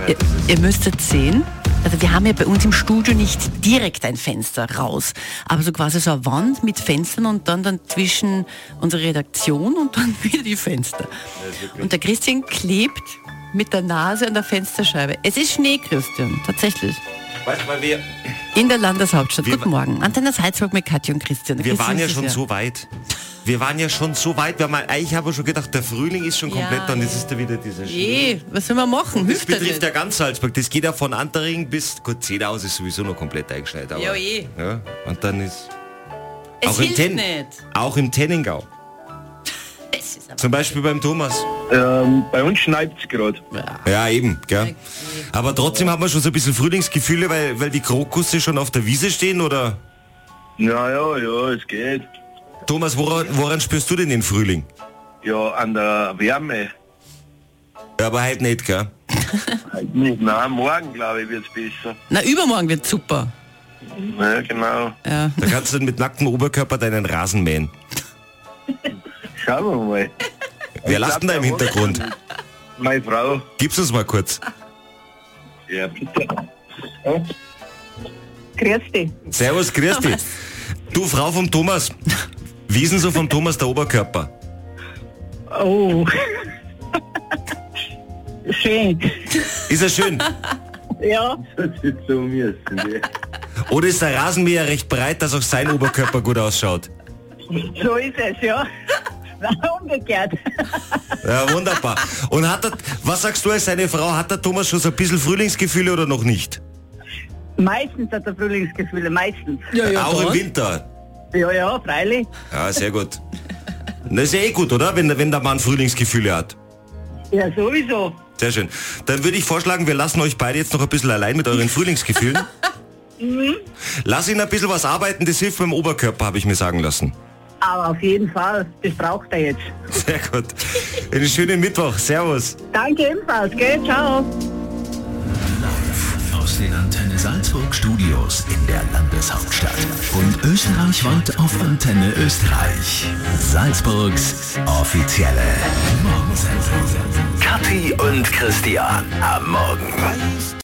Ihr müsstet sehen, also wir haben ja bei uns im Studio nicht direkt ein Fenster raus, aber so quasi so eine Wand mit Fenstern und dann zwischen unserer Redaktion und dann wieder die Fenster. Und der Christian klebt mit der Nase an der Fensterscheibe. Es ist Schnee, Christian, tatsächlich. Weißt du, weil wir... In der Landeshauptstadt. Guten Morgen. Antenne Salzburg mit Katja und Christian. Wir waren ja schon so weit. Wir waren ja schon so weit. Ich habe schon gedacht, der Frühling ist schon komplett, dann ist es da wieder dieser Schnee. Was soll man machen? Das betrifft ja ganz Salzburg. Das geht ja von Antering bis, gut, Zedaus ist sowieso noch komplett eingeschneit. Aber, ja, und dann ist... Es auch hilft nicht. Auch im Tenningau. Zum Beispiel beim Thomas. Bei uns schneit es gerade. Ja, eben, gell. Aber trotzdem haben wir schon so ein bisschen Frühlingsgefühle, weil die Krokusse schon auf der Wiese stehen, oder? Ja, es geht. Thomas, woran spürst du denn den Frühling? Ja, an der Wärme. Ja, aber halt nicht, gell? Halt nicht. Nein, morgen, glaube ich, wird es besser. Na, übermorgen wird super. Ja, genau. Ja. Da kannst du dann mit nacktem Oberkörper deinen Rasen mähen. Schauen wir mal. Wer lacht denn da im Hintergrund? Meine Frau. Gib's uns mal kurz. Ja, bitte. Grüß dich. Servus, grüß dich. Du, Frau vom Thomas. Wie ist denn so vom Thomas der Oberkörper? Oh. Schön. Ist er schön? Ja. Das ist so müssen. Oder ist der Rasenmäher recht breit, dass auch sein Oberkörper gut ausschaut? So ist es, ja. Nein, umgekehrt. Ja, wunderbar. Und was sagst du als seine Frau, hat der Thomas schon so ein bisschen Frühlingsgefühle oder noch nicht? Meistens hat er Frühlingsgefühle, meistens. Ja, auch dann. im Winter? Ja, freilich. Ja, sehr gut. Das ist ja eh gut, oder? Wenn der Mann Frühlingsgefühle hat. Ja, sowieso. Sehr schön. Dann würde ich vorschlagen, wir lassen euch beide jetzt noch ein bisschen allein mit euren Frühlingsgefühlen. Lass ihn ein bisschen was arbeiten, das hilft beim Oberkörper, habe ich mir sagen lassen. Aber auf jeden Fall, das braucht er jetzt. Sehr gut. Einen schönen Mittwoch. Servus. Danke ebenfalls, gell? Ciao. Live aus den Antenne Salzburg Studios in der Landeshauptstadt und österreichweit auf Antenne Österreich. Salzburgs offizielle Morgensendung. Kathi und Christian am Morgen.